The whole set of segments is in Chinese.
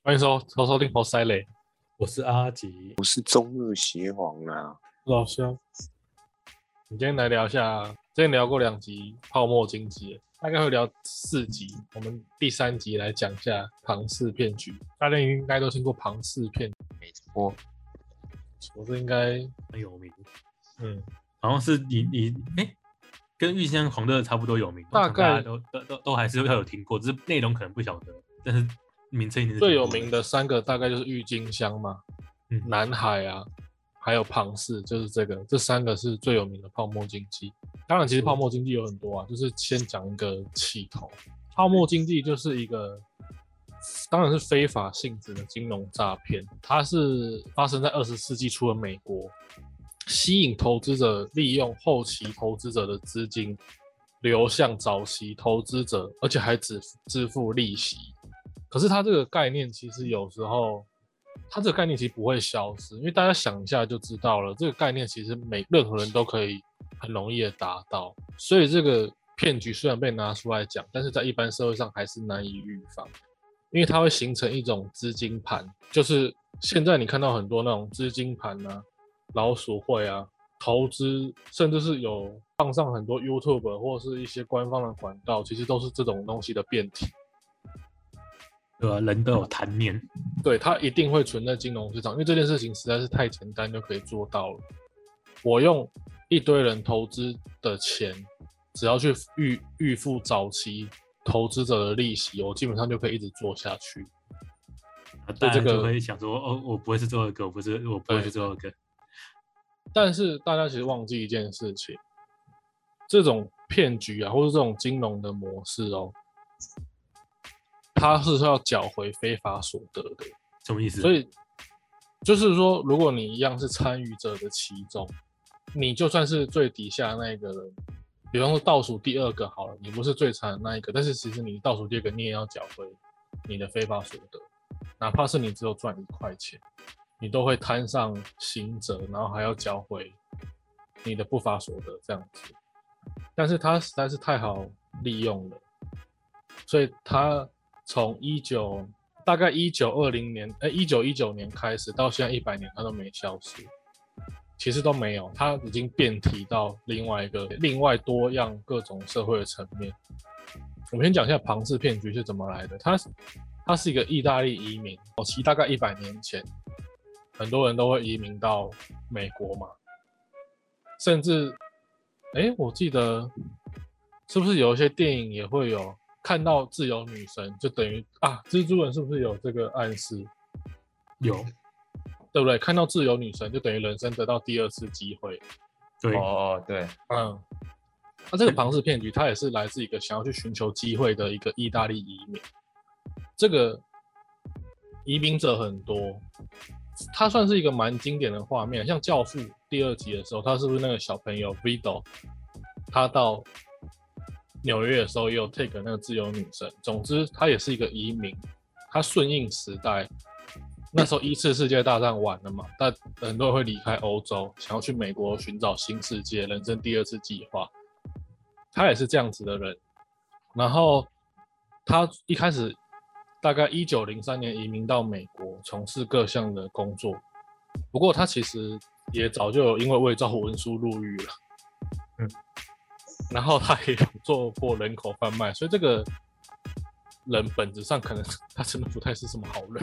欢迎收听活塞雷， 我是阿吉， 我是中日协皇啦。 老乡。你今天来聊一下，之前聊过2集泡沫经济，大概会聊4集，我们第3集来讲一下庞氏骗局。大家应该都听过庞氏骗局， 没错， 我这应该很有名。 好像是你跟玉香狂热差不多有名， 大概都还是要有听过，只是内容可能不晓得，但是名称一定是最有名的3个大概就是郁金香嘛，南海啊，还有庞氏，就是这3个是最有名的泡沫经济。当然，其实泡沫经济有很多啊，就是先讲一个起头。泡沫经济就是一个，当然是非法性质的金融诈骗，它是发生在20世纪初的美国，吸引投资者利用后期投资者的资金流向早期投资者，而且还只支付利息。可是它这个概念其实有时候，它这个概念其实不会消失，因为大家想一下就知道了，这个概念其实任何人都可以很容易的达到。所以这个骗局虽然被拿出来讲，但是在一般社会上还是难以预防，因为它会形成一种资金盘，就是现在你看到很多那种资金盘啊、老鼠会啊、投资，甚至是有放上很多 YouTube 或是一些官方的管道，其实都是这种东西的变体。 对啊，人都有贪念， 对，它一定会存在金融市场，因为这件事情实在是太简单就可以做到了。我用一堆人投资的钱，只要去预付早期投资者的利息，我基本上就可以一直做下去。 大家就会想说，我不会是最后一个，我不会是最后一个。 但是大家其实忘记一件事情，这种骗局啊，或者这种金融的模式哦，它是要缴回非法所得的。 什么意思？ 所以就是说，如果你一样是参与者的其中，你就算是最底下那一个人，比方说倒数第2个好了，你不是最惨的那一个，但是其实你倒数第2个，你也要缴回你的非法所得，哪怕是你只有赚1块钱，你都会摊上刑责，然后还要缴回你的不法所得这样子。但是它实在是太好利用了，所以它从大概1919年开始到现在100年，它都没消失。其实都没有，它已经变体到另外多样各种社会的层面。我们先讲一下庞氏骗局是怎么来的。它是一个意大利移民，其实大概100年前，很多人都会移民到美国嘛，甚至，我记得是不是有一些电影也会有看到自由女神，就等于蜘蛛人是不是有这个暗示？ 有， 对不对？看到自由女神就等于人生得到第2次机会。 对， 对， 那这个庞氏骗局，它也是来自一个想要去寻求机会的一个意大利移民。这个移民者很多，它算是一个蛮经典的画面，像《教父》第2集的时候，他是不是那个小朋友 Vito， 他到纽约的时候也有 take 那个自由女神。总之，他也是一个移民，他顺应时代。那时候1次世界大战完了嘛，但很多人会离开欧洲，想要去美国寻找新世界，人生第2次计划。他也是这样子的人。然后他一开始大概1903年移民到美国，从事各项的工作。不过他其实也早就有因为伪造文书入狱了。然后他也有做过人口贩卖，所以这个人本质上可能他真的不太是什么好人。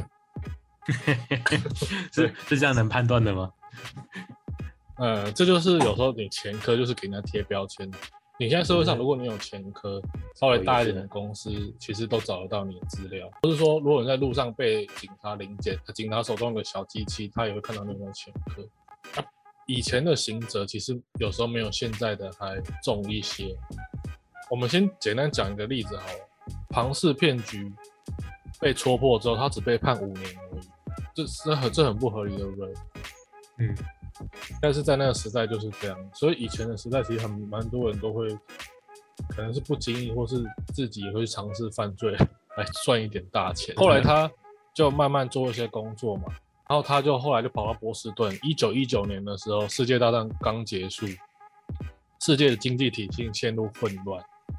是这样能判断的吗？ 这就是有时候你前科就是给人家贴标签。你现在社会上，如果你有前科，稍微大一点的公司，其实都找得到你的资料。或是说，如果你在路上被警察临检，警察手中有个小机器，他也会看到你有没有前科。以前的刑责其实有时候没有现在的还重一些。我们先简单讲一个例子好了。庞氏骗局被戳破之后，他只被判5年而已，这很不合理，对不对？但是在那个时代就是这样，所以以前的时代其实蛮多人都会，可能是不经意或是自己也会尝试犯罪来赚一点大钱。后来他就慢慢做一些工作嘛，然后他就后来就跑到波士顿。1919年的时候，世界大战刚结束，世界的经济体系陷入混乱，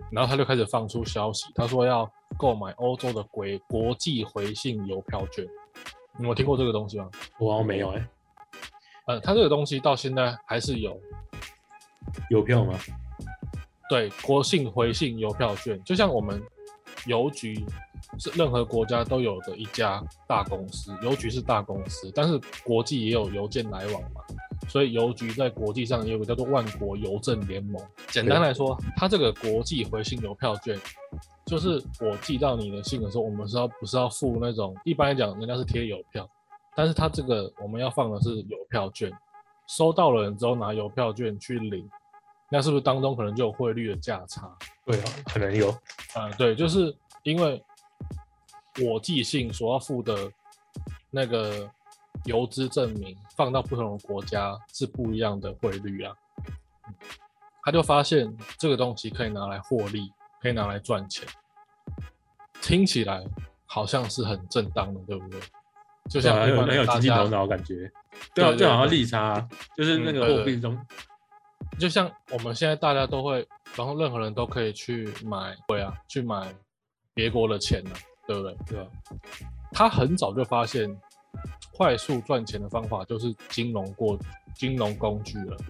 然后他就开始放出消息，他说要购买欧洲的国际回信邮票券。你有听过这个东西吗？ 我好像没有他这个东西到现在还是有邮票吗？ 对，国信回信邮票券，就像我们邮局是任何国家都有的一家大公司，邮局是大公司，但是国际也有邮件来往嘛，所以邮局在国际上也有个叫做万国邮政联盟。简单来说，它这个国际回信邮票券，就是我寄到你的信的时候，我们不是要付那种，一般来讲人家是贴邮票，但是它这个我们要放的是邮票券，收到了人之后拿邮票券去领。那是不是当中可能就有汇率的价差？ 对啊，可能有。 对，就是因为我寄信所要付的那个邮资证明放到不同的国家是不一样的汇率啊。他就发现这个东西可以拿来获利，可以拿来赚钱，听起来好像是很正当的，对不对？就像很有经济头脑感觉。对啊，就好像利差，就是那个货币中。 就像我们现在大家都会，然后任何人都可以去买别国的钱了，对不对？ 对啊。 他很早就发现，快速赚钱的方法就是金融工具了。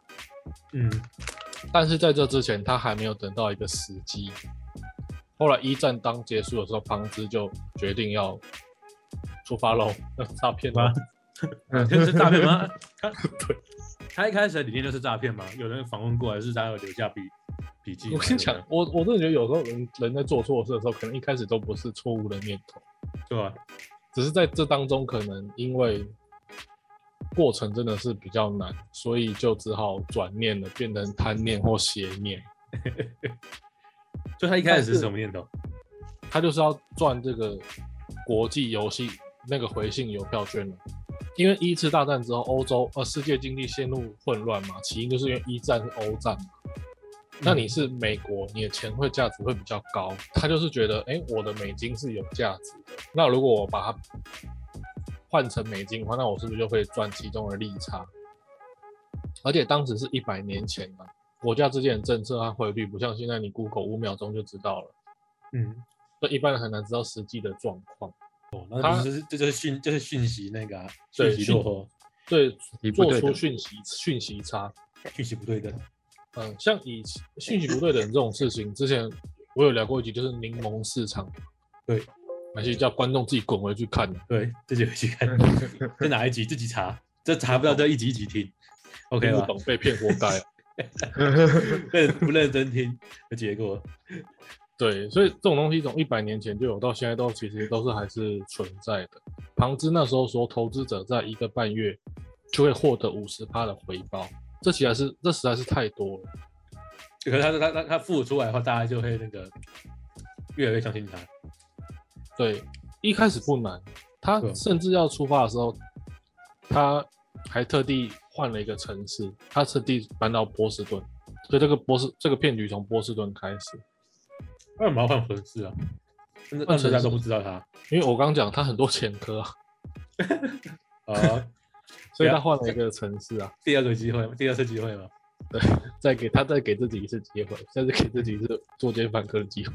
但是在这之前，他还没有等到一个时机。后来一战当结束的时候，庞兹就决定要出发喽，诈骗吗？ 这是诈骗吗？ 对。 他一开始的理念就是诈骗嘛？有人访问过来是他有留下笔记。 我跟你讲，我真的觉得有时候人在做错事的时候，可能一开始都不是错误的念头， 对吧？ 只是在这当中，可能因为过程真的是比较难，所以就只好转念了，变成贪念或邪念。 就他一开始是什么念头？ 他就是要赚这个国际游戏那个回信邮票券了。因为一次大战之后，世界经济陷入混乱嘛，起因就是因为一战是欧战嘛。那你是美国，你的钱价值会比较高，他就是觉得，我的美金是有价值的。那如果我把它换成美金的话，那我是不是就会赚其中的利差？而且当时是100年前嘛，国家之间的政策和汇率不像现在，你 Google 5秒钟就知道了。所以一般人很难知道实际的状况。 那这就是讯息那个讯息落后， 对，做出讯息差， 讯息不对的。 像以讯息不对等这种事情，之前我有聊过一集，就是柠檬市场。 对， 而且叫观众自己滚回去看。 对，自己回去看。这哪一集自己查？这查不到，这一集一集听。OK 吧？ 不懂被骗活该啊！ 不认真听的结果。 对，所以这种东西从100年前就有，到现在其实都是还是存在的。庞兹那时候说，投资者在1个半月就会获得50%的回报，这实在是太多了。 可是他付出来的话，大家就会越来越相信他。 对，一开始不难，他甚至要出发的时候，他还特地换了一个城市，他特地搬到波士顿，所以这个骗局从波士顿开始。 为什么要换城市啊？大家都不知道他， 因为我刚刚讲他很多前科啊，所以他换了一个城市啊。 第二次机会吗？ 对，再给自己一次机会，再次给自己一次作奸犯科的机会。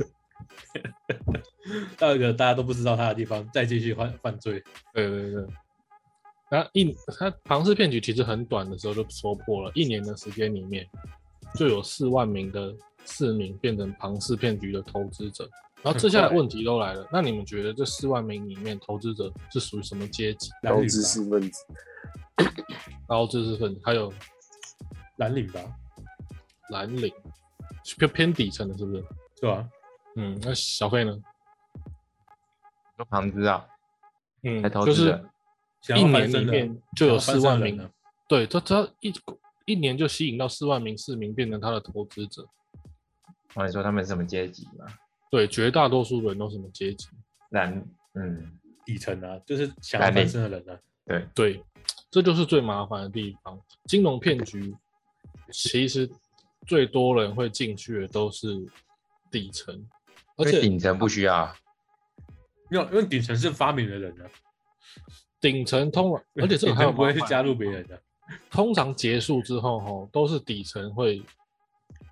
到一个大家都不知道他的地方，再继续犯罪。 对。他庞氏骗局其实很短的时候就说破了，1年的时间里面就有4万名的市民变成庞氏骗局的投资者。然后接下来问题都来了，那你们觉得这4万名里面投资者是属于什么阶级？ 高知识分子。 高知识分子，还有蓝领吧？ 蓝领偏底层的，是不是？ 对啊。 那小费呢？ 有庞兹啊。 就是1年里面就有4万名，对，他一年就吸引到4万名市民变成他的投资者。 你说他们是什么阶级吗？ 对，绝大多数人都什么阶级？ 底层啊，就是想要翻身的人啊。 对，这就是最麻烦的地方。金融骗局其实最多人会进去的都是底层，而且顶层不需要。 因为顶层是发明的人啊。 顶层而且这个还有不会去加入别人的。 通常结束之后都是底层会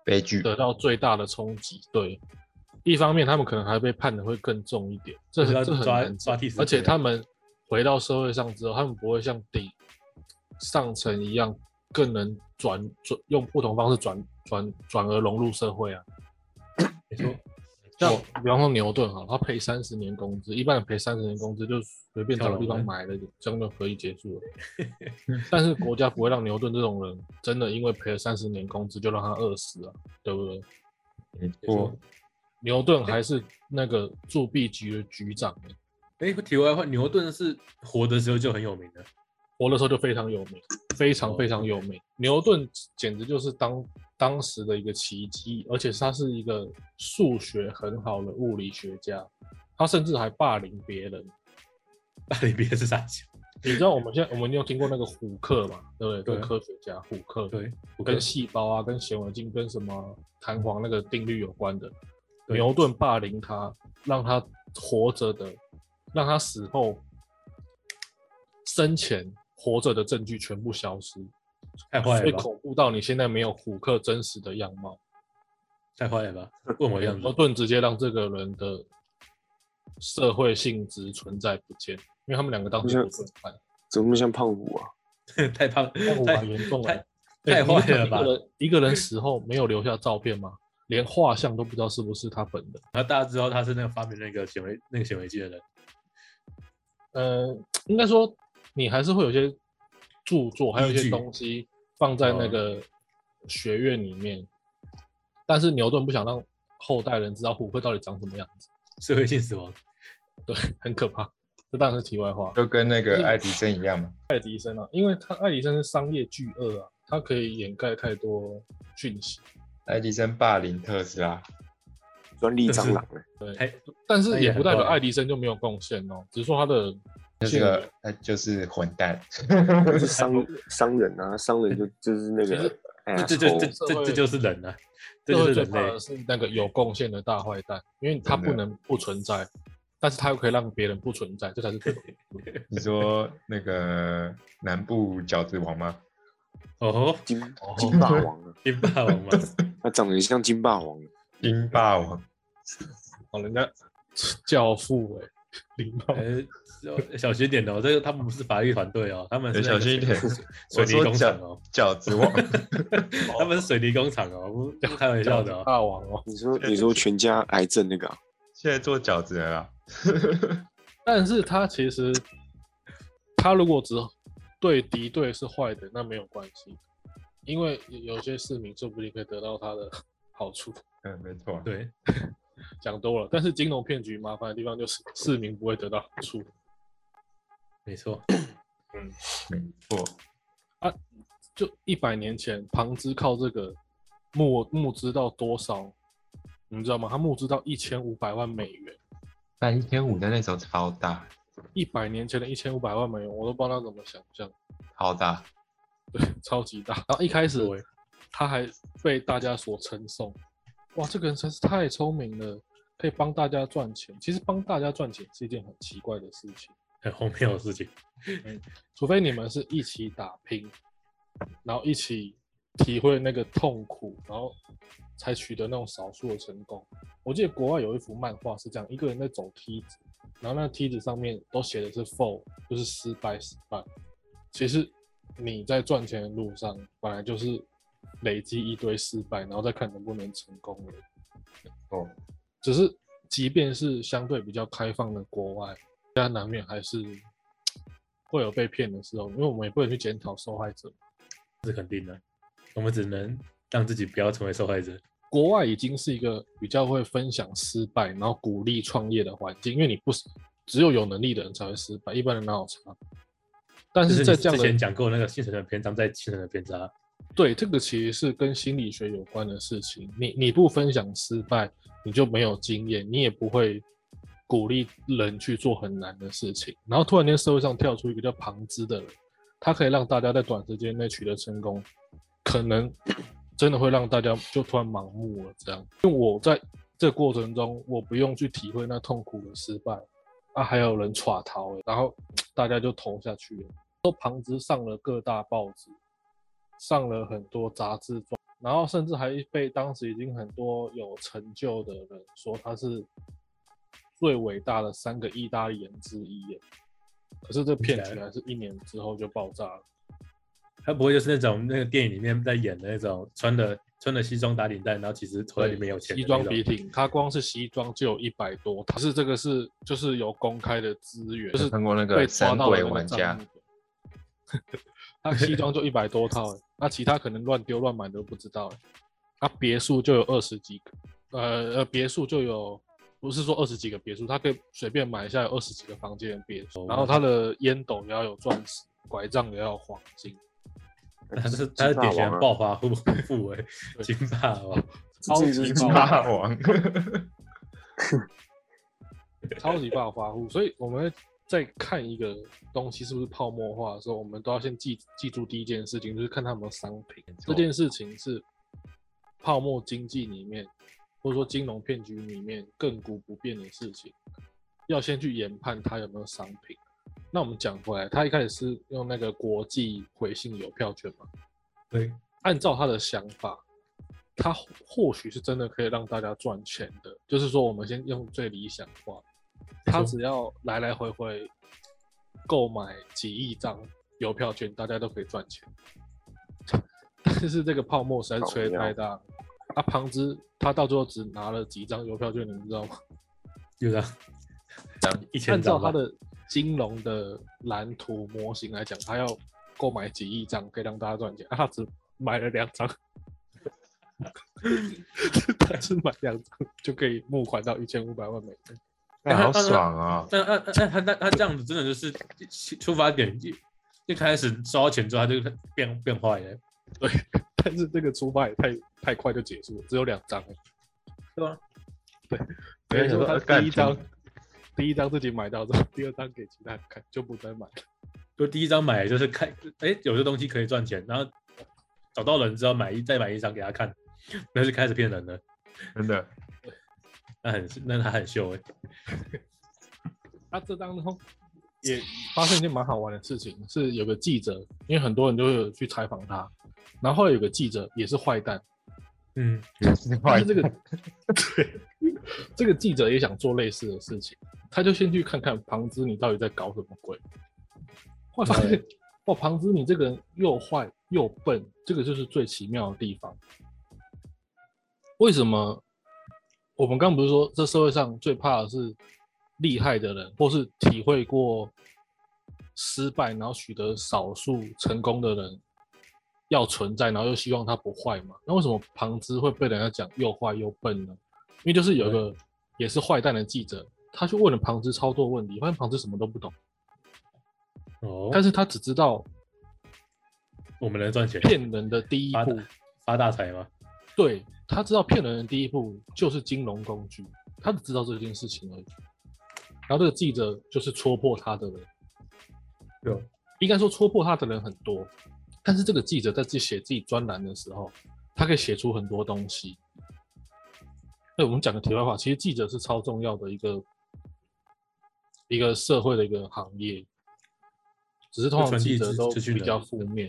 悲剧。 得到最大的冲击。对，一方面他们可能还被判的会更重一点，这很难讲。而且他们回到社会上之后，他们不会像上层一样更能用不同方式转而融入社会啊。 没错。 像比方说牛顿哈，他赔30年工资，一般人赔30年工资就随便找个地方买了，这样就可以结束了。但是国家不会让牛顿这种人真的因为赔了30年工资就让他饿死啊，对不对？ 没错。 牛顿还是那个铸币局的局长。 题外话，牛顿是活的时候就很有名的， 活的时候就非常有名，非常非常有名。牛顿简直就是当时的一个奇迹，而且他是一个数学很好的物理学家，他甚至还霸凌别人。 霸凌别人是啥？ 你知道我们有听过那个虎克嘛？对不对？对，科学家虎克， 对， 跟细胞啊、跟显微镜、跟什么弹簧那个定律有关的。牛顿霸凌他，让他活着的，让他死后生前活着的证据全部消失。 太坏了吧！ 所以恐怖到你现在没有虎克真实的样貌， 太坏了吧？问我样子。 牛顿直接让这个人的社会性质存在不见，因为他们两个当时不顺犯。 怎么像胖虎啊？ 太胖， 胖虎太严重了， 太坏了吧？ 一个人死后没有留下照片吗？连画像都不知道是不是他本人。 然后大家知道他是那个发明那个显微镜的人。应该说你还是会有些著作，还有一些东西放在那个学院里面，但是牛顿不想让后代人知道虎克到底长什么样子， 社会性死亡， 对，很可怕。这当然是题外话， 就跟那个爱迪生一样嘛。 爱迪生啊，因为爱迪生是商业巨鳄啊，他可以掩盖太多讯息。 爱迪生霸凌特斯拉， 专利蟑螂对，但是也不代表爱迪生就没有贡献哦，只是说他的。 他就是混蛋， 就是商人啊，商人就是那个， 这就是人啊，这就是人类， 最怕的是那个有贡献的大坏蛋，因为他不能不存在，但是他又可以让别人不存在，这才是最恐怖的。 你说那个南部饺子王吗？ 哦， 金霸王啊， 金霸王吗？ 他长得像金霸王。 金霸王， 哦，人家教父礼貌。 小心点哦，这个他们不是法律团队哦，他们是小心一点， 水泥工厂哦， 饺子王， 他们是水泥工厂哦，不开玩笑的哦。 大王哦， 你说全家癌症那个啊？ 现在做饺子了啦。 但是他其实，他如果只对敌对是坏的，那没有关系，因为有些市民说不定可以得到他的好处。 没错， 对。 讲多了，但是金融骗局麻烦的地方就是市民不会得到好处。 没错， 没错啊，就100年前，庞兹靠这个募资到多少，你知道吗？他募资到1500万美元。 但1500在那时候超大。 100年前的1500万美元，我都不知道他怎么想象。 超大， 对，超级大。然后一开始他还被大家所称颂。哇，这个人真是太聪明了，可以帮大家赚钱。其实帮大家赚钱是一件很奇怪的事情， 很荒谬的事情。 除非你们是一起打拼，然后一起体会那个痛苦，然后才取得那种少数的成功。我记得国外有一幅漫画是这样，一个人在走梯子，然后那梯子上面都写的是 fall， 就是失败。其实你在赚钱的路上，本来就是累积一堆失败，然后再看能不能成功了。只是即便是相对比较开放的国外，大家难免还是会有被骗的时候，因为我们也不能去检讨受害者。 是肯定的，我们只能让自己不要成为受害者。 国外已经是一个比较会分享失败，然后鼓励创业的环境，因为你不是只有能力的人才会失败，一般人哪有差？但是在这样的之前讲过那个幸存者偏差，在幸存者偏差。 对，这个其实是跟心理学有关的事情。你不分享失败，你就没有经验，你也不会鼓励人去做很难的事情。然后突然间社会上跳出一个叫庞兹的人，他可以让大家在短时间内取得成功，可能真的会让大家就突然盲目了。这样，因为我在这个过程中，我不用去体会那痛苦的失败啊，还有人耍逃，然后大家就投下去了。说庞兹上了各大报纸。上了很多杂志， 然后甚至还被当时已经很多有成就的人说他是最伟大的3个意大利人之一耶。可是这骗局还是1年之后就爆炸了。 他不会就是那种那个电影里面在演的那种穿的西装打领带，然后其实口袋里面有钱的西装笔挺，他光是西装就有100多，可是这个是就是有公开的资源，就是看过那个被抓到的那个神鬼玩家账目他西装就100多套，那其他可能乱丢乱买都不知道。他别墅就有20几个，别墅就有，不是说20几个别墅，他可以随便买下有20几个房间的别墅，然后他的烟斗也要有钻石，拐杖也要有黄金。 他是典型的暴发户金霸王， 超级霸王， 超级暴发户。所以我们在看一个东西是不是泡沫化的时候，我们都要先记住第一件事情，就是看它有没有商品。这件事情是泡沫经济里面，或者说金融骗局里面亘古不变的事情，要先去研判它有没有商品。那我们讲回来，他一开始是用那个国际回信邮票券嘛？ 对， 按照他的想法，他或许是真的可以让大家赚钱的。就是说，我们先用最理想化，他只要来来回回购买几亿张邮票券，大家都可以赚钱。但是这个泡沫实在是吹得太大了。庞兹他到最后只拿了几张邮票券，你们知道吗？ 就这样，1000张。 按照他的金融的蓝图模型来讲，他要购买几亿张可以让大家赚钱，他只买了2张，他只买2张就可以募款到1500万美元， 那好爽啊！ 但他这样子真的就是出发点一开始收到钱之后他就变坏了。 对，但是这个出发也太快就结束了，只有2张， 对吧？ 对，等于说他第一张自己买到之后，第2张给其他人看，就不再买了。 就第一张买就是看，有这东西可以赚钱，然后找到人之后再买1张给他看，那就开始骗人了。 真的， 那他很秀他这当中也发生一件蛮好玩的事情，是有个记者，因为很多人都有去采访他，然后后来有个记者也是坏蛋，但是这个记者也想做类似的事情，他就先去看看庞兹你到底在搞什么鬼。后来发现，哇，庞兹你这个人又坏又笨，这个就是最奇妙的地方。为什么我们刚不是说这社会上最怕的是厉害的人，或是体会过失败然后取得少数成功的人要存在，然后又希望他不坏嘛？那为什么庞兹会被人家讲又坏又笨呢？因为就是有一个也是坏蛋的记者，他去问了庞兹超多问题，发现庞兹什么都不懂。但是他只知道我们能赚钱， 骗人的第一步发大财吗？ 对，他知道骗人的第一步就是金融工具，他只知道这件事情而已。然后这个记者就是戳破他的人， 对， 应该说戳破他的人很多，但是这个记者在自己写自己专栏的时候，他可以写出很多东西。我们讲个题外话，其实记者是超重要的一个社会的一个行业，只是通常记者都比较负面。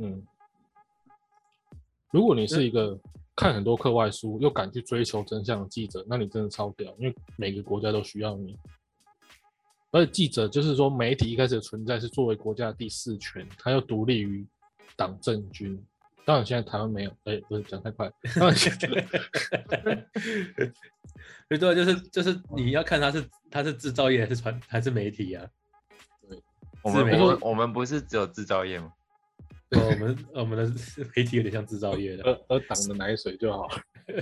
如果你是一个看很多课外书又敢去追求真相的记者，那你真的超屌，因为每个国家都需要你。而且记者就是说，媒体一开始的存在是作为国家的第4权，它又独立于党政军。当然现在台湾没有，不是讲太快。当然现在对，就是你要看它是制造业还是媒体啊？ 对，我们不是只有制造业吗？ 对，我们的媒体有点像制造业的， 喝党的奶水就好。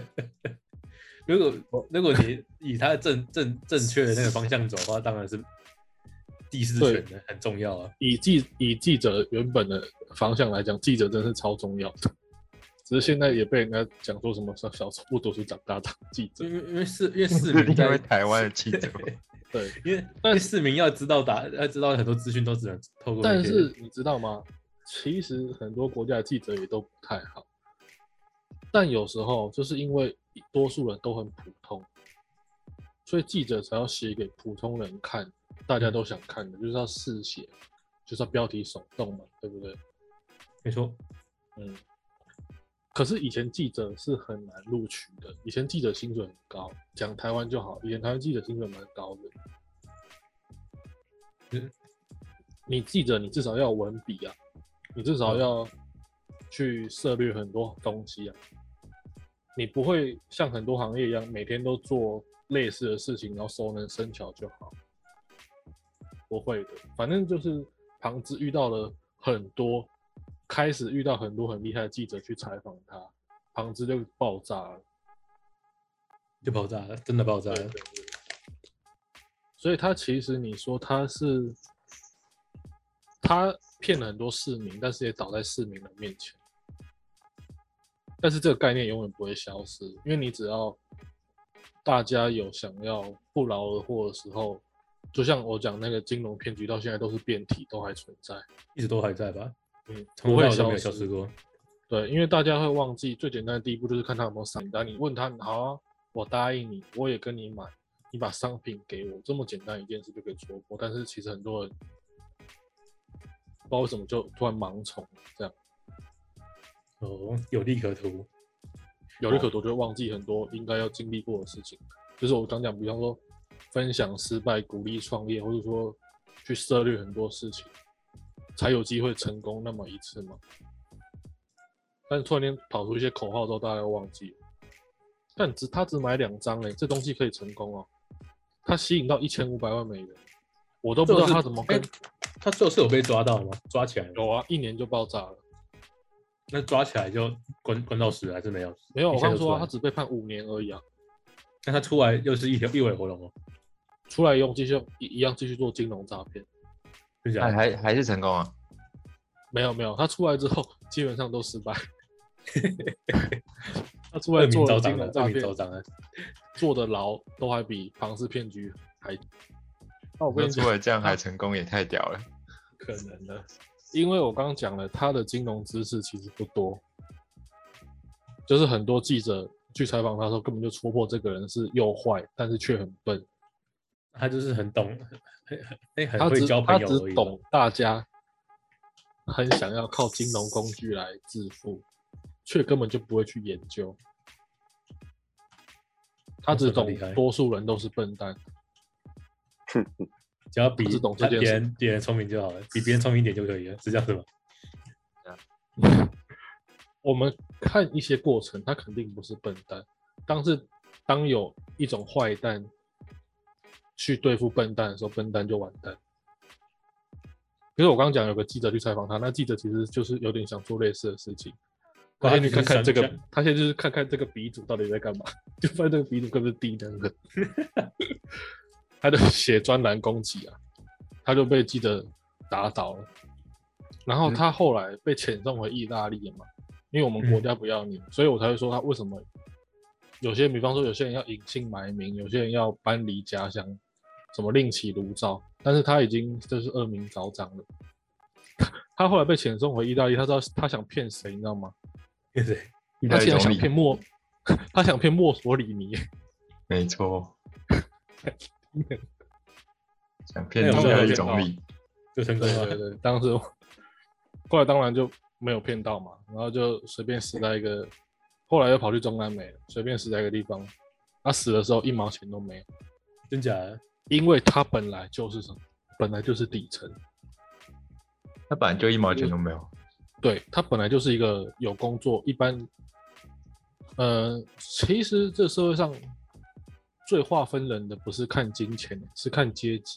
如果你以它的正确的那个方向走的话，当然是第4权的很重要啊。 以记者原本的方向来讲，记者真是超重要的。只是现在也被人家讲说什么小时候不读书长大当记者， 因为市民因为台湾的记者， 对，因为市民要知道很多资讯都只能透过。 但是你知道吗？其实很多国家的记者也都不太好，但有时候就是因为多数人都很普通，所以记者才要写给普通人看，大家都想看的，就是要嗜血，就是要标题耸动嘛，对不对？ 没错， 可是以前记者是很难录取的，以前记者薪水很高，讲台湾就好，以前台湾记者薪水蛮高的。你记者你至少要有文笔啊，你至少要去涉猎很多东西啊，你不会像很多行业一样每天都做类似的事情，然后熟能生巧就好，不会的。反正就是旁支遇到了很多。开始遇到很多很厉害的记者去采访他，旁支就爆炸了， 就爆炸了，真的爆炸了。 对对对，所以他其实你说他骗了很多市民，但是也倒在市民的面前。但是这个概念永远不会消失，因为你只要大家有想要不劳而获的时候，就像我讲那个金融骗局，到现在都是变体，都还存在， 一直都还在吧？ 不会没有消失过。 对，因为大家会忘记最简单的第一步就是看他有没有商单。你问他，好啊，我答应你，我也跟你买，你把商品给我，这么简单一件事就可以戳破。但是其实很多人不知道为什么就突然盲从这样。 哦，有利可图， 有利可图就会忘记很多应该要经历过的事情。就是我刚讲，比方说分享失败、鼓励创业，或者说去涉猎很多事情，才有机会成功那么一次嘛。但是突然间跑出一些口号之后，大家又忘记了。但他只买2张这东西可以成功哦。他吸引到1500万美元，我都不知道他怎么跟。 他最后是有被抓到吗？抓起来了？ 有啊，1年就爆炸了。 那抓起来就关到死还是没有？ 没有，我刚说他只被判5年而已啊。 那他出来又是一尾活龙哦。 出来用一样继续做金融诈骗。 还是成功啊？ 没有，他出来之后基本上都失败。他出来做了金融诈骗，坐的牢都还比庞氏骗局还。那我跟你讲， 出来这样还成功也太屌了。 可能的，因为我刚刚讲了，他的金融知识其实不多，就是很多记者去采访他的时候，根本就戳破这个人是又坏，但是却很笨。 他就是很懂，很会交朋友而已。 他只懂大家很想要靠金融工具来致富，却根本就不会去研究。他只懂多数人都是笨蛋。 只要比别人聪明就好了，比别人聪明一点就可以了，是这样子吗？ 我们看一些过程，他肯定不是笨蛋。当有一种坏蛋去对付笨蛋的时候，笨蛋就完蛋。比如我刚刚讲有个记者去采访他，那记者其实就是有点想做类似的事情。他先去看看这个，他先就是看看这个鼻祖到底在干嘛，就发现这个鼻祖根本是低能的。他就写专栏攻击啊，他就被记者打倒了。然后他后来被遣送回意大利嘛，因为我们国家不要你，所以我才会说他为什么比方说有些人要隐姓埋名，有些人要搬离家乡，什么另起炉灶，但是他已经就是恶名昭彰了。他后来被遣送回意大利，他知道他想骗谁，你知道吗？ 骗谁？ 他竟然想骗他想骗墨索里尼。 没错。想骗意大利总理， 就成功了。 对，当时后来当然就没有骗到嘛，然后就随便死在一个，后来又跑去中南美了，随便死在一个地方。他死的时候1毛钱都没有， 真假的？ 因为他本来就是什么，本来就是底层， 他本来就1毛钱都没有。 对，他本来就是一个有工作，一般，其实这社会上。最划分人的不是看金钱，是看阶级，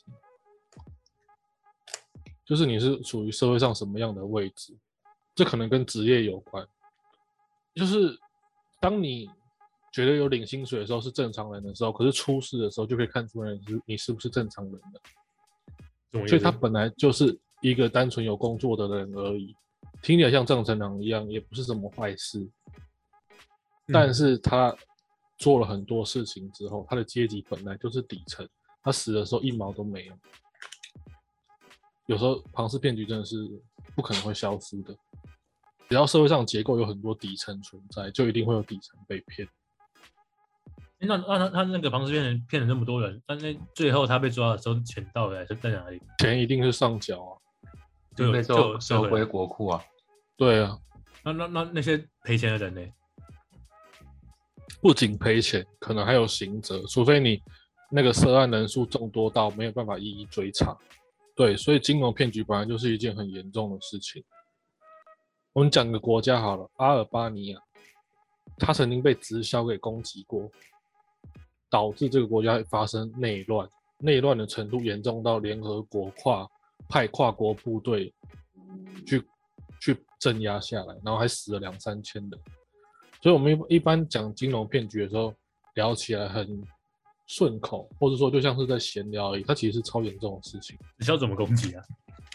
就是你是处于社会上什么样的位置，这可能跟职业有关。就是当你觉得有领薪水的时候是正常人的时候，可是出事的时候就可以看出来你是不是正常人的。所以他本来就是一个单纯有工作的人而已，听起来像郑成长一样，也不是什么坏事，但是他。做了很多事情之后，他的阶级本来就是底层，他死的时候1毛都没有。有时候庞氏骗局真的是不可能会消失的，只要社会上结构有很多底层存在，就一定会有底层被骗。 那他那个庞氏骗了那么多人，但是最后他被抓的时候，钱到底是在哪里？ 钱一定是上缴啊， 就收归国库啊。 对啊， 那些赔钱的人呢？ 不仅赔钱，可能还有刑责，除非你那个涉案人数众多到没有办法一一追查。对，所以金融骗局本来就是一件很严重的事情。我们讲个国家好了，阿尔巴尼亚，它曾经被直销给攻击过，导致这个国家发生内乱，内乱的程度严重到联合国派跨国部队去镇压下来，然后还死了2、3千人。所以我们一般讲金融骗局的时候，聊起来很顺口，或者说就像是在闲聊而已，它其实是超严重的事情。 直销怎么攻击啊？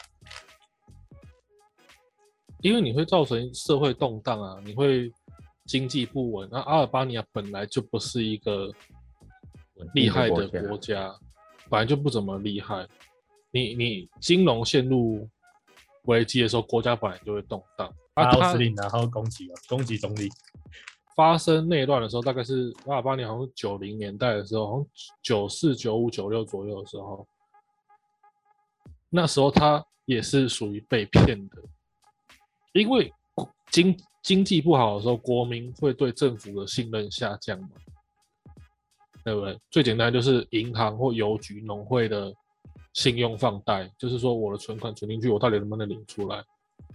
因为你会造成社会动荡啊，你会经济不稳。那阿尔巴尼亚本来就不是一个厉害的国家，本来就不怎么厉害。你金融陷入危机的时候，国家本来就会动荡。 奥司令然后攻击总理。 发生内乱的时候，大概是阿尔巴尼亚好像是90年代的时候，好像94、95、96左右的时候，那时候他也是属于被骗的，因为经济不好的时候，国民会对政府的信任下降嘛，对不对？最简单就是银行或邮局、农会的信用放贷，就是说我的存款存进去，我到底能不能领出来？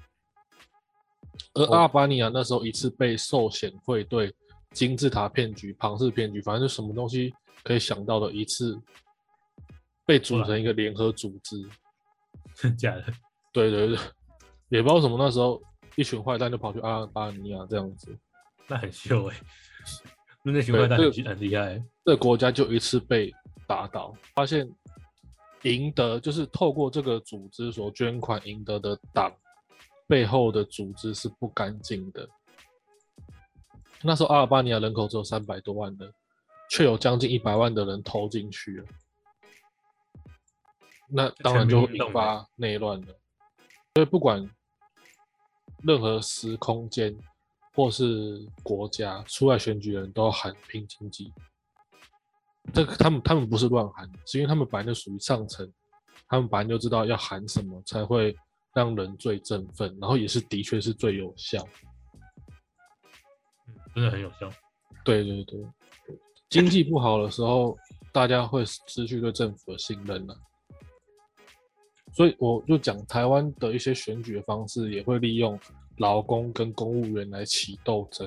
而阿尔巴尼亚那时候一次被寿险汇兑、金字塔骗局、庞氏骗局，反正就什么东西可以想到的，一次被组成一个联合组织。 真假的？ 对对对，也不知道什么那时候一群坏蛋就跑去阿尔巴尼亚这样子， 那很秀那群坏蛋很厉害。 这个国家就一次被打倒，发现赢得就是透过这个组织所捐款赢得的党。背后的组织是不干净的。那时候阿尔巴尼亚人口只有300多万人，却有将近100万的人投进去了，那当然就引发内乱了。所以不管任何时空间或是国家出来选举的人都要喊拼经济。这个他们不是乱喊，是因为他们本来就属于上层，他们本来就知道要喊什么才会让人最振奋，然后也是的确是最有效。 真的很有效。 对对对，经济不好的时候，大家会失去对政府的信任了。所以我就讲台湾的一些选举的方式，也会利用劳工跟公务员来起斗争。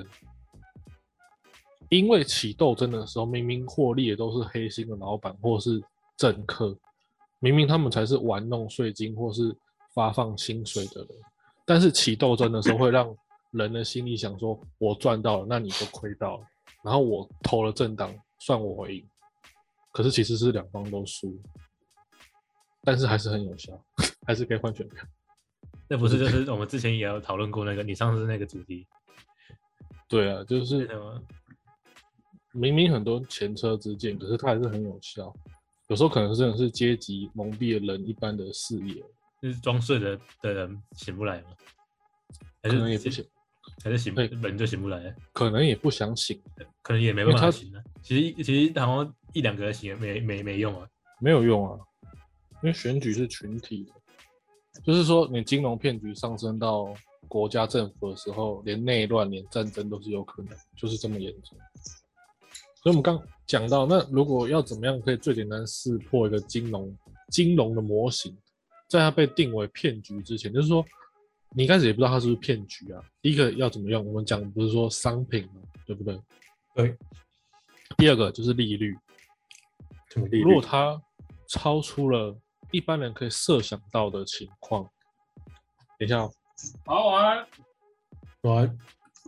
因为起斗争的时候，明明获利的都是黑心的老板或是政客，明明他们才是玩弄税金或是发放薪水的人，但是起斗争的时候会让人的心里想说，我赚到了，那你就亏到了，然后我投了政党，算我赢。可是其实是两方都输，但是还是很有效，还是可以换选票。 那不是就是我们之前也有讨论过那个你上次那个主题？ 对啊，就是明明很多前车之鉴，可是它还是很有效。有时候可能真的是阶级蒙蔽了人一般的视野。 就是装睡的人醒不来吗？还是可能也不行， 还是醒人就醒不来， 可能也不想醒， 可能也没办法醒了。其实好像1-2个人醒没用啊， 没有用啊，因为选举是群体的，就是说你金融骗局上升到国家政府的时候，连内乱、连战争都是有可能，就是这么严重。所以我们刚讲到，那如果要怎么样可以最简单识破一个金融的模型？在它被定为骗局之前，就是说你一开始也不知道它是不是骗局啊。第一个要怎么用？我们讲不是说商品嘛，对不对？ 对。 第二个就是利率， 什么利率？ 如果它超出了一般人可以设想到的情况，等一下哦， 好玩。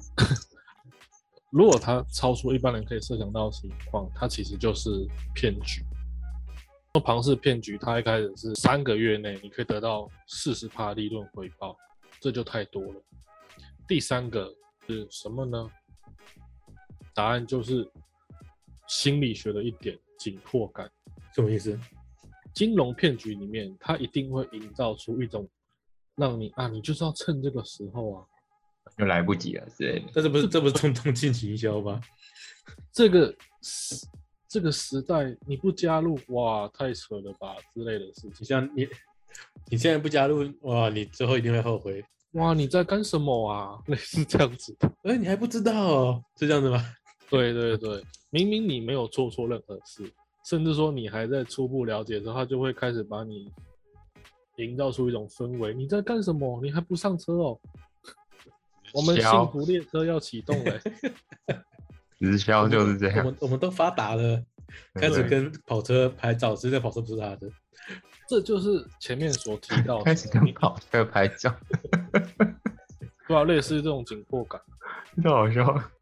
如果它超出一般人可以设想到的情况，它其实就是骗局。庞氏骗局，它一开始是3个月内你可以得到40%利润回报，这就太多了。第3个是什么呢？答案就是心理学的一点紧迫感。 什么意思？ 金融骗局里面，它一定会营造出一种让你你就是要趁这个时候啊， 又来不及了之类的。 这不是冲动性行销吗？ 这个时代你不加入，哇，太扯了吧之类的事情。 像你现在不加入，哇，你之后一定会后悔。 哇，你在干什么啊？类似这样子的。 哎，你还不知道哦，是这样子吗？ 对对对，明明你没有做错任何事，甚至说你还在初步了解的时候，他就会开始把你营造出一种氛围。你在干什么？你还不上车哦？我们幸福列车要启动了。 直销就是这样， 我们都发达了，开始跟跑车拍照，其实那跑车不是他的。 这就是前面所提到的， 开始跟跑车拍照， 对啊，类似这种紧迫感。 太好笑了。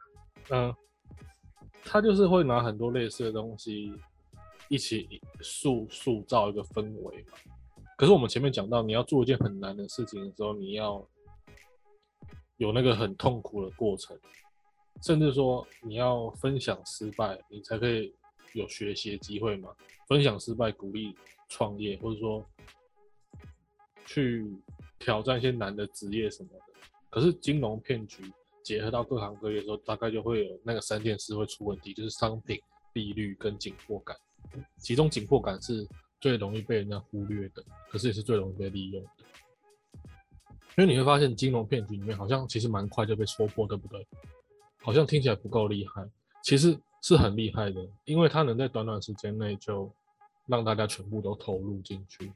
他就是会拿很多类似的东西一起塑造一个氛围嘛。可是我们前面讲到，你要做一件很难的事情的时候，你要有那个很痛苦的过程，甚至说你要分享失败，你才可以有学习的机会嘛。分享失败，鼓励创业，或者说去挑战一些难的职业什么的。可是金融骗局结合到各行各业的时候，大概就会有那个3件事会出问题，就是商品、利率跟紧迫感。其中紧迫感是最容易被人家忽略的，可是也是最容易被利用的。因为你会发现金融骗局里面好像其实蛮快就被戳破，对不对？好像听起来不够厉害，其实是很厉害的，因为它能在短短时间内就让大家全部都投入进去。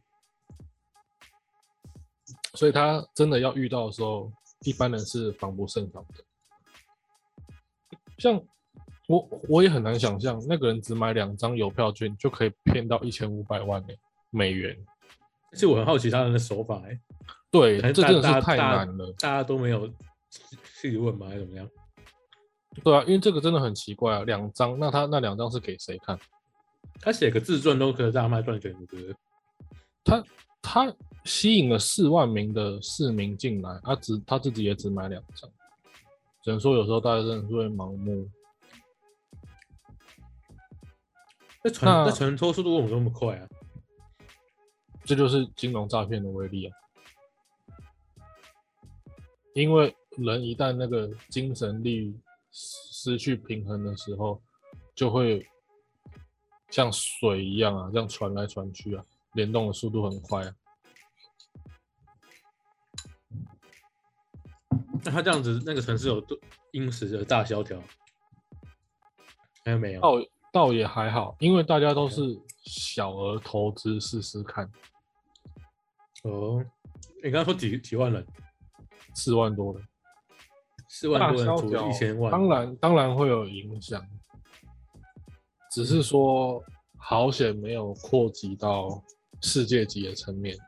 所以他真的要遇到的时候，一般人是防不胜防的。像我也很难想象，那个人只买2张邮票券就可以骗到1500万美元。 而且我很好奇他人的手法， 对，这真的是太难了。 大家都没有细问吗？还是怎么样？ 对啊，因为这个真的很奇怪啊，2张，那他那2张是给谁看？ 他写个自传都可以让他卖赚钱，我觉得。 他吸引了4万名的市民进来，他自己也只买2张，只能说有时候大家真的是会盲目。 那传播速度为什么那么快啊？ 这就是金融诈骗的威力啊！因为人一旦那个精神力失去平衡的时候，就会像水一样啊，这样传来传去啊，联动的速度很快啊。 那他这样子，那个城市有因此的大萧条，还有没有？ 倒也还好，因为大家都是小额投资试试看。 哦，你刚刚说几万人 ？4万多人 ，4万多人除1000万， 当然会有影响，只是说好险没有扩及到世界级的层面，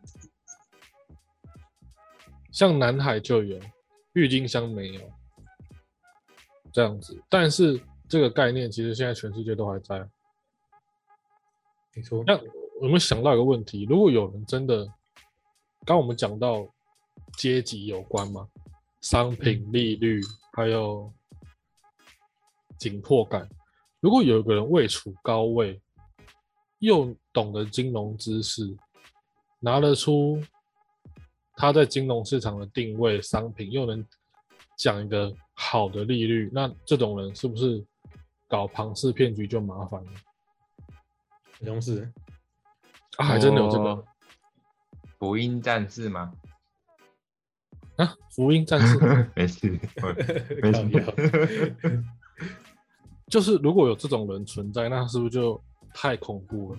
像南海就有，郁金香没有这样子，但是这个概念其实现在全世界都还在。 没错。 那我们想到一个问题，如果有人真的，刚我们讲到阶级有关嘛，商品、利率还有紧迫感，如果有一个人位处高位，又懂得金融知识，拿得出他在金融市场的定位商品，又能讲一个好的利率，那这种人是不是搞庞氏骗局就麻烦了？ 好像是啊，还真的有这个福音战士吗？ 啊，福音战士没事，没事。 就是如果有这种人存在，那是不是就太恐怖了？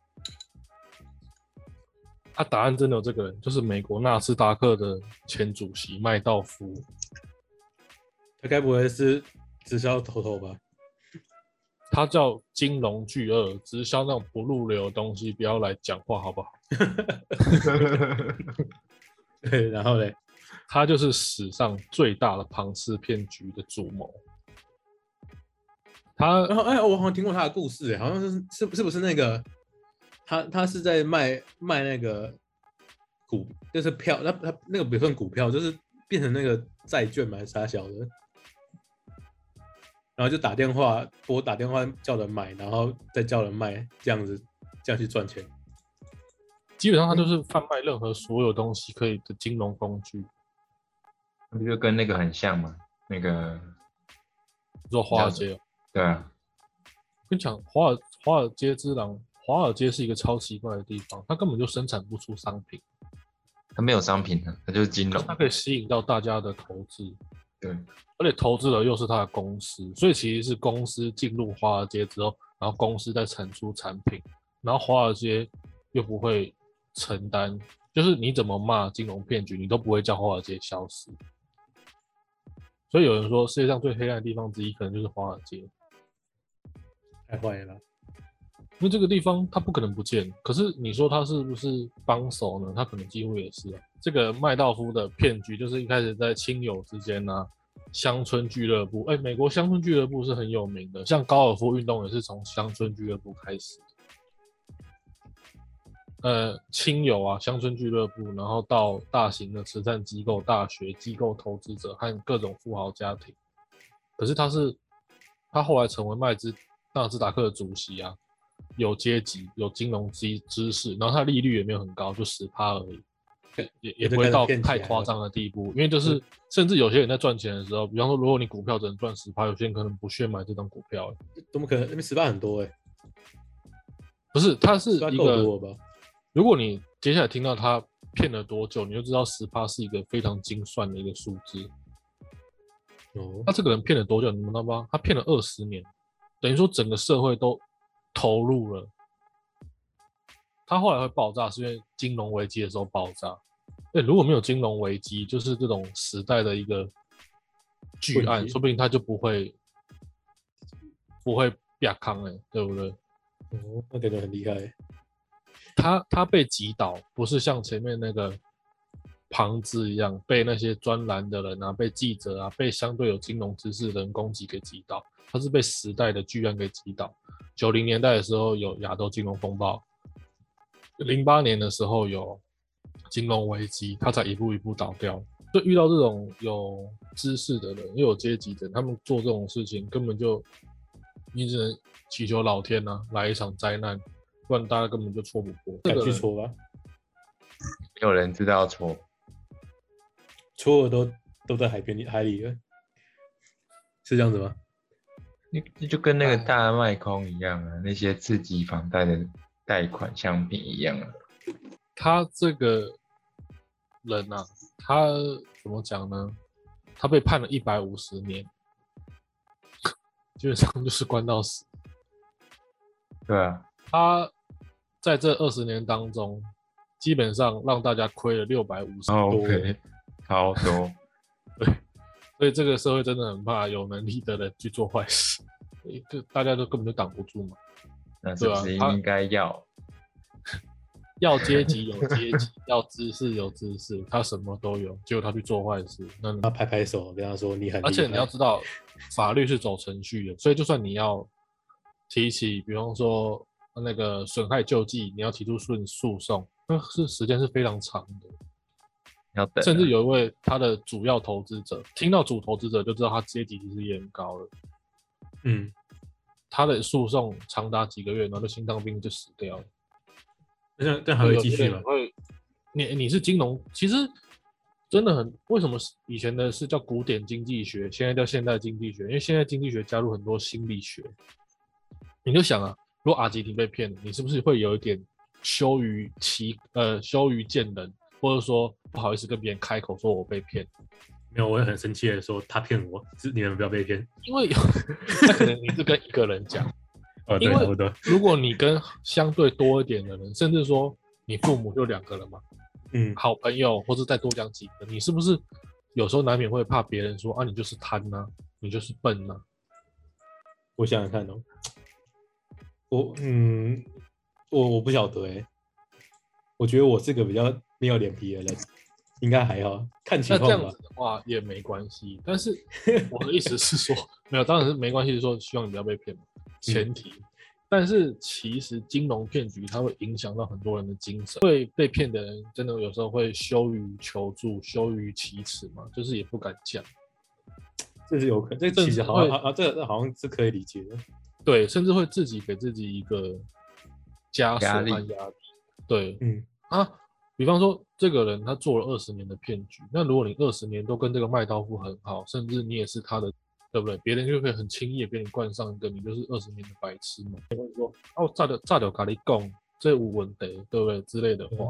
答案真的有这个人，就是美国纳斯达克的前主席麦道夫。 他该不会是直销头吧？ 他叫金融巨鳄，直销那种不入流的东西，不要来讲话好不好？ 对，然后嘞， 他就是史上最大的庞氏骗局的主谋。 然后我好像听过他的故事，好像是不是那个他是在卖那个就是票，他那个不算股票，就是变成那个债券嘛，傻小的。然后就打电话叫人买，然后再叫人卖，这样去赚钱。 基本上他就是贩卖任何所有东西可以的金融工具。 不就跟那个很像吗？那个做华尔街。 对啊。 跟你讲，华尔街之狼，华尔街是一个超奇怪的地方，它根本就生产不出商品。 它没有商品的，它就是金融。 它可以吸引到大家的投资， 对， 而且投资的又是他的公司，所以其实是公司进入华尔街之后，然后公司再产出产品，然后华尔街又不会承担，就是你怎么骂金融骗局，你都不会叫华尔街消失。所以有人说，世界上最黑暗的地方之一，可能就是华尔街。 太坏了。 因为这个地方它不可能不见，可是你说它是不是帮手呢？它可能几乎也是啊。这个麦道夫的骗局就是一开始在亲友之间啊，乡村俱乐部，美国乡村俱乐部是很有名的，像高尔夫运动也是从乡村俱乐部开始。亲友啊，乡村俱乐部，然后到大型的慈善机构、大学机构投资者和各种富豪家庭。可是他后来成为纳斯达克的主席啊。有阶级，有金融知识，然后它利率也没有很高，就10%而已，也不会到太夸张的地步。因为就是甚至有些人在赚钱的时候，比方说如果你股票只能赚10%，有些人可能不屑买这张股票。 怎么可能？那边10%很多不是，它是一个多吧？ 如果你接下来听到他骗了多久，你就知道10%是一个非常精算的一个数字。他这个人骗了多久，你们知道吗？他骗了20年，等于说整个社会都投入了。他后来会爆炸，是因为金融危机的时候爆炸。如果没有金融危机，就是这种时代的一个巨案，说不定他就不会变康对不对？ 那感觉很厉害。 他被击倒，不是像前面那个庞兹一样被那些专栏的人啊、被记者啊、被相对有金融知识的人攻击给击倒，他是被时代的巨案给击倒。90年代的时候有亚洲金融风暴，08年的时候有金融危机，他才一步一步倒掉。就遇到这种有知识的人，又有阶级的人，他们做这种事情根本就你只能祈求老天啊来一场灾难，不然大家根本就戳不破。 敢去戳吧？ 没有人知道戳， 戳的都在海里了，是这样子吗？ 就跟那个大卖空一样啊，那些次级房贷的贷款商品一样啊。 他这个人啊，他怎么讲呢？他被判了150年，基本上就是关到死。 对啊， 他在这20年当中，基本上让大家亏了650多。 OK， 超多。 对，所以这个社会真的很怕有能力的人去做坏事，就大家都根本就挡不住嘛。 那是不是应该要阶级有阶级，要知识有知识，他什么都有，结果他去做坏事，那他拍拍手跟他说你很厉害。 而且你要知道，法律是走程序的，所以就算你要提起，比方说那个损害救济，你要提出诉讼，那时间是非常长的。 要等， 甚至有一位他的主要投资者，听到主投资者就知道他阶级其实也很高了。他的诉讼长达几个月，然后就心脏病就死掉了。 但还会继续吗？ 你是金融，其实真的很，为什么以前的是叫古典经济学，现在叫现代经济学？因为现在经济学加入很多心理学。你就想啊，如果阿吉提被骗了，你是不是会有一点羞于见人，或者说不好意思跟别人开口说我被骗？ 没有，我会很生气的说他骗我，你们不要被骗。 因为那可能你是跟一个人讲。因为如果你跟相对多一点的人，甚至说你父母就2个人嘛，好朋友或者再多讲几个，你是不是有时候难免会怕别人说啊你就是贪啊，你就是笨啊？ 我想想看哦，我不晓得我觉得我是个比较没有脸皮的人，应该还好，看情况吧。 那这样子的话也没关系，但是我的意思是说，没有，当然是没关系，是说希望你不要被骗嘛。前提，但是其实金融骗局它会影响到很多人的精神，会被骗的人真的有时候会羞于求助、羞于启齿嘛，就是也不敢讲。 这是有可能，这其实好像这好像是可以理解的。 对，甚至会自己给自己一个枷锁和压力。对，比方说这个人他做了20年的骗局，那如果你20年都跟这个麦道夫很好，甚至你也是他的。对不对？别人就可以很轻易的给你冠上一个你就是20年的白痴嘛。你会说哦，炸掉咖喱贡，这无问题，对不对之类的话。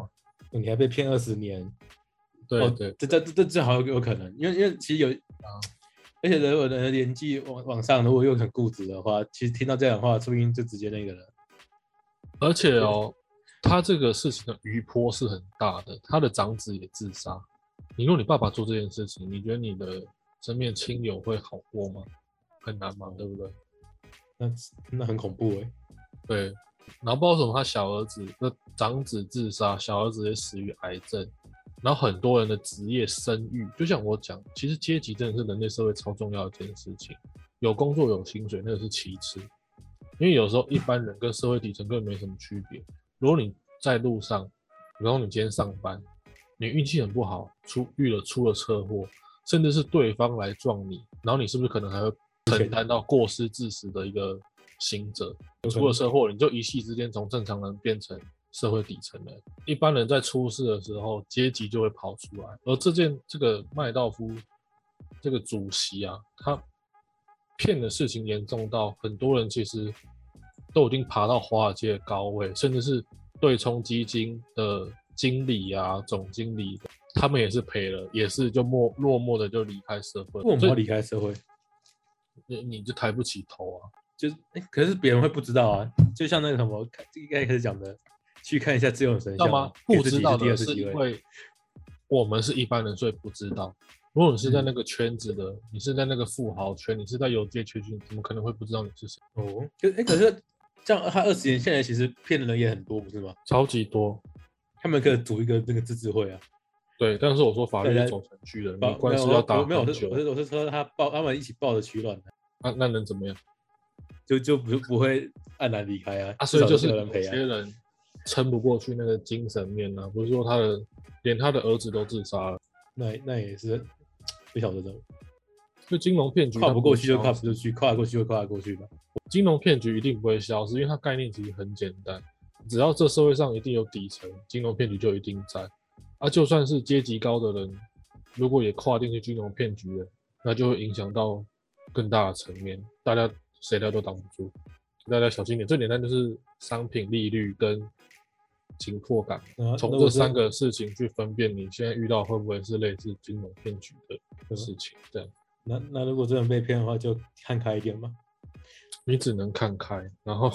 你还被骗20年， 对对， 这最好有可能，因为其实有而且如果人的年纪往上，如果又很固执的话，其实听到这样的话，说不定就直接那个了。 而且哦，他这个事情的余波是很大的，他的长子也自杀。如果你爸爸做这件事情，你觉得你的身边亲友会好过吗？很难嘛，对不对？ 那很恐怖对，然后不知道为什么他小儿子的长子自杀，小儿子也死于癌症，然后很多人的职业声誉，就像我讲，其实阶级真的是人类社会超重要的一件事情，有工作有薪水那个是其次，因为有时候一般人跟社会底层根本没什么区别。如果你在路上，然后你今天上班，你运气很不好，出了车祸，甚至是对方来撞你，然后你是不是可能还会承担到过失致死的一个刑责？出了车祸，你就一夕之间从正常人变成社会底层人。一般人在出事的时候，阶级就会跑出来。而这个麦道夫这个主席啊，他骗的事情严重到很多人其实都已经爬到华尔街的高位，甚至是对冲基金的经理啊、总经理，他们也是赔了，也是就落寞的就离开社会。 为什么要离开社会？ 你就抬不起头啊。 就是可是别人会不知道啊，就像那个什么，一开始讲的，去看一下自由神像吗？不知道的是因为我们是一般人，所以不知道。如果你是在那个圈子的，你是在那个富豪圈，你是在游街圈圈，怎么可能会不知道你是谁？ 哦，可是这样，他20年下来，其实骗的人也很多，不是吗？ 超级多。 他们可以组一个那个自治会啊。 对，但是我说法律是走程序的，你官司要打很久。 我是说他们一起抱着取卵的。 那能怎么样？ 就不会黯然离开啊。 所以就是有些人撑不过去那个精神面啊，不是说连他的儿子都自杀了， 那也是不晓得的。 就金融骗局跨不过去就跨不过去，跨得过去就跨得过去吧。 金融骗局一定不会消失，因为它概念其实很简单，只要这社会上一定有底层，金融骗局就一定在。啊，就算是阶级高的人，如果也跨进去金融骗局了，那就会影响到更大的层面，大家谁来都挡不住，大家小心点。最简单就是商品利率跟紧迫感，从这3个事情去分辨你现在遇到会不会是类似金融骗局的事情。这样， 那如果真的被骗的话，就看开一点嘛。 你只能看开，然后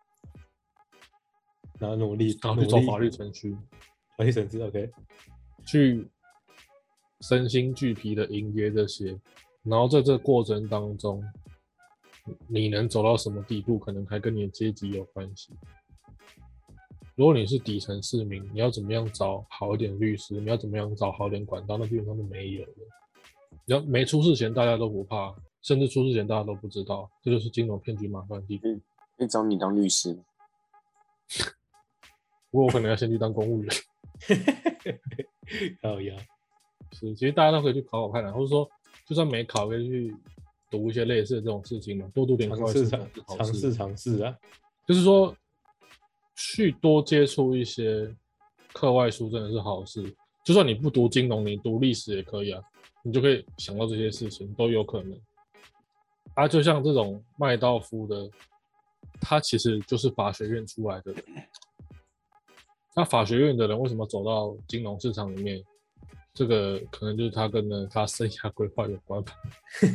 努力， 然后去走法律程序， 法律程序 OK， 去身心俱疲的迎接这些，然后在这个过程当中，你能走到什么地步，可能还跟你的阶级有关系。如果你是底层市民，你要怎么样找好一点律师？你要怎么样找好一点管道？那基本上都没有了。你要没出事前大家都不怕，甚至出事前大家都不知道，这就是金融骗局麻烦的地方。 可以找你当律师。 不过我可能要先去当公务员。 好呀， 是，其实大家都可以去考考看，或者说就算没考，可以去读一些类似的这种事情嘛，多读点课外书尝试啊。 就是说，去多接触一些课外书真的是好事。就算你不读金融，你读历史也可以啊，你就可以想到这些事情都有可能。啊，就像这种麦道夫的，他其实就是法学院出来的人。那法学院的人为什么走到金融市场里面？这个可能就是他跟他生涯规划有关吧。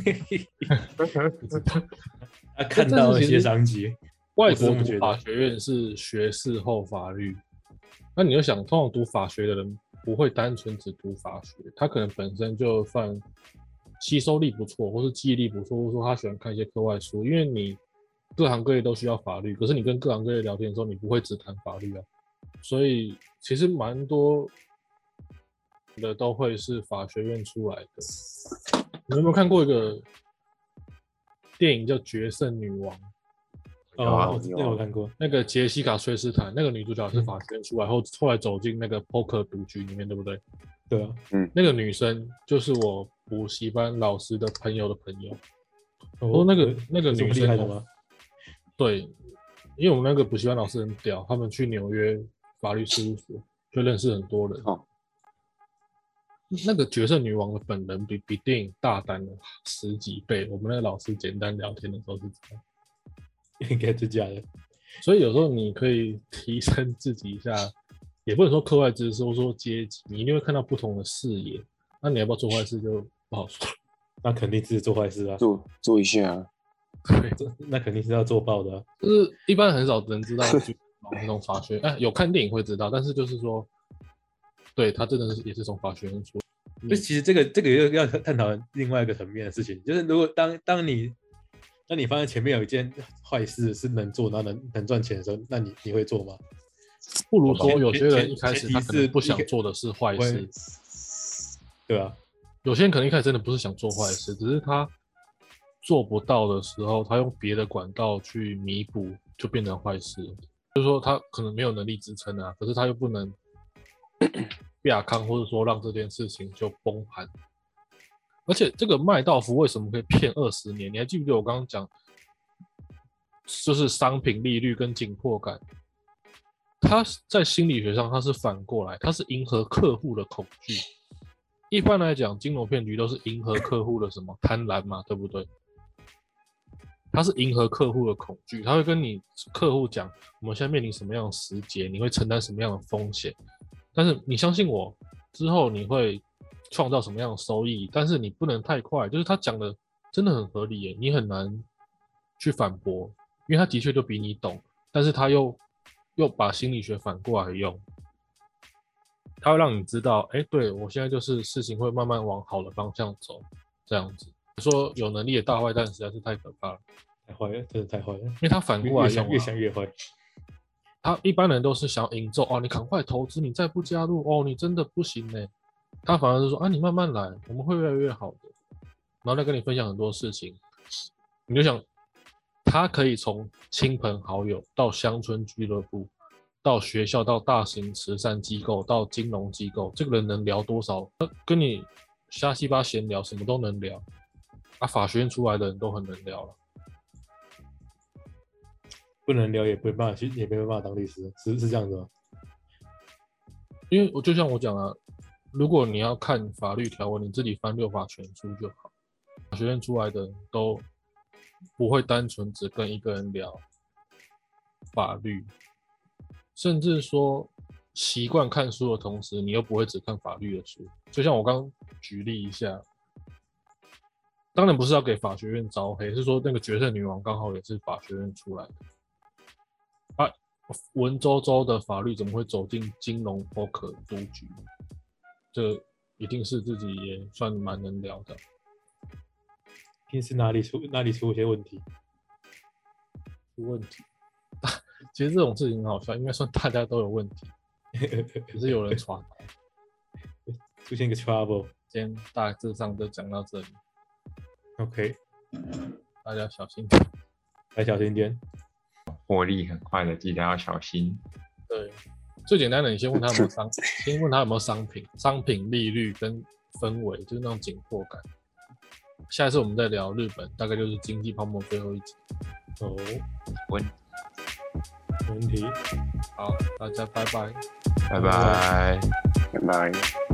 他看到一些商机。 外国读法学院是学士后法律，那你就想，通常读法学的人不会单纯只读法学，他可能本身就算吸收力不错，或是记忆力不错，或者说他喜欢看一些课外书，因为你各行各业都需要法律，可是你跟各行各业聊天的时候，你不会只谈法律啊，所以其实蛮多的都会是法学院出来的。你有没有看过一个电影叫《决胜女王》？ 那我看过。 那个杰西卡·崔斯坦，那个女主角是法学院出来后来走进那个 poker 赌局里面，对不对？ 对啊。 那个女生就是我补习班老师的朋友的朋友。那个女生厉害的吗？对，因为我们那个补习班老师很屌，他们去纽约法律事务所就认识很多人。那个决胜女王的本人比电影大胆了10几倍。我们那个老师简单聊天的时候是这样。 应该是假的。 所以有时候你可以提升自己一下也不能说课外知识，或说阶级，你一定会看到不同的视野。那你要不要做坏事就不好说。 那肯定是做坏事啊， 做一下啊。 对， 那肯定是要做爆的啊。 就是一般很少人知道那种法学，有看电影会知道，但是就是说，对他真的是也是从法学院出。 其实这个又要探讨另外一个层面的事情，就是如果当你发现前面有一件坏事是能做，然后能赚钱的时候，那你会做吗？ 不如说有些人一开始他可能不想做的是坏事， 对啊， 有些人可能一开始真的不是想做坏事，只是他做不到的时候，他用别的管道去弥补，就变成坏事了。就是说他可能没有能力支撑啊，可是他又不能亚康，或者说让这件事情就崩盘。而且这个麦道夫为什么可以骗20年？你还记不记得我刚刚讲，就是商品利率跟紧迫感？他在心理学上他是反过来，他是迎合客户的恐惧。一般来讲，金融骗局都是迎合客户的什么贪婪嘛，对不对？他是迎合客户的恐惧，他会跟你客户讲，我们现在面临什么样的时节，你会承担什么样的风险，但是你相信我，之后你会创造什么样的收益，但是你不能太快，就是他讲的真的很合理耶，你很难去反驳，因为他的确就比你懂，但是他又把心理学反过来用，他会让你知道，对，我现在就是事情会慢慢往好的方向走，这样子。说有能力的大坏蛋实在是太可怕了， 太坏了，真的太坏了， 因为他反过来用越想越坏。 他一般人都是想要营造哦，你赶快投资，你再不加入哦，你真的不行呢。他反而是说啊，你慢慢来，我们会越来越好的，然后再跟你分享很多事情。你就想，他可以从亲朋好友到乡村俱乐部，到学校，到大型慈善机构，到金融机构，这个人能聊多少？跟你瞎七八闲聊，什么都能聊。法学院出来的人都很能聊了。 不能聊也没办法当律师，是这样子吗？ 因为就像我讲了，如果你要看法律条文，你自己翻6法全书就好。法学院出来的人都不会单纯只跟一个人聊法律，甚至说习惯看书的同时，你又不会只看法律的书。就像我刚举例一下，当然不是要给法学院招黑，是说那个决胜女王刚好也是法学院出来的。文绉绉的法律怎么会走进金融 poker 赌局？这一定是自己也算蛮能聊的。 一定是哪里出一些问题？ 出问题？其实这种事情很好笑，应该算大家都有问题，只是有人传。 出现一个 trouble。 今天大致上就讲到这里。 OK， 大家小心点， 来小心点。 获利很快的，记得要小心。 对，最简单的，你先问他有没有先问他有没有商品利率跟氛围，就是那种紧迫感。下一次我们再聊日本，大概就是经济泡沫最后一集。 哦， 问没问题。 好，大家拜拜， 拜拜。 拜拜。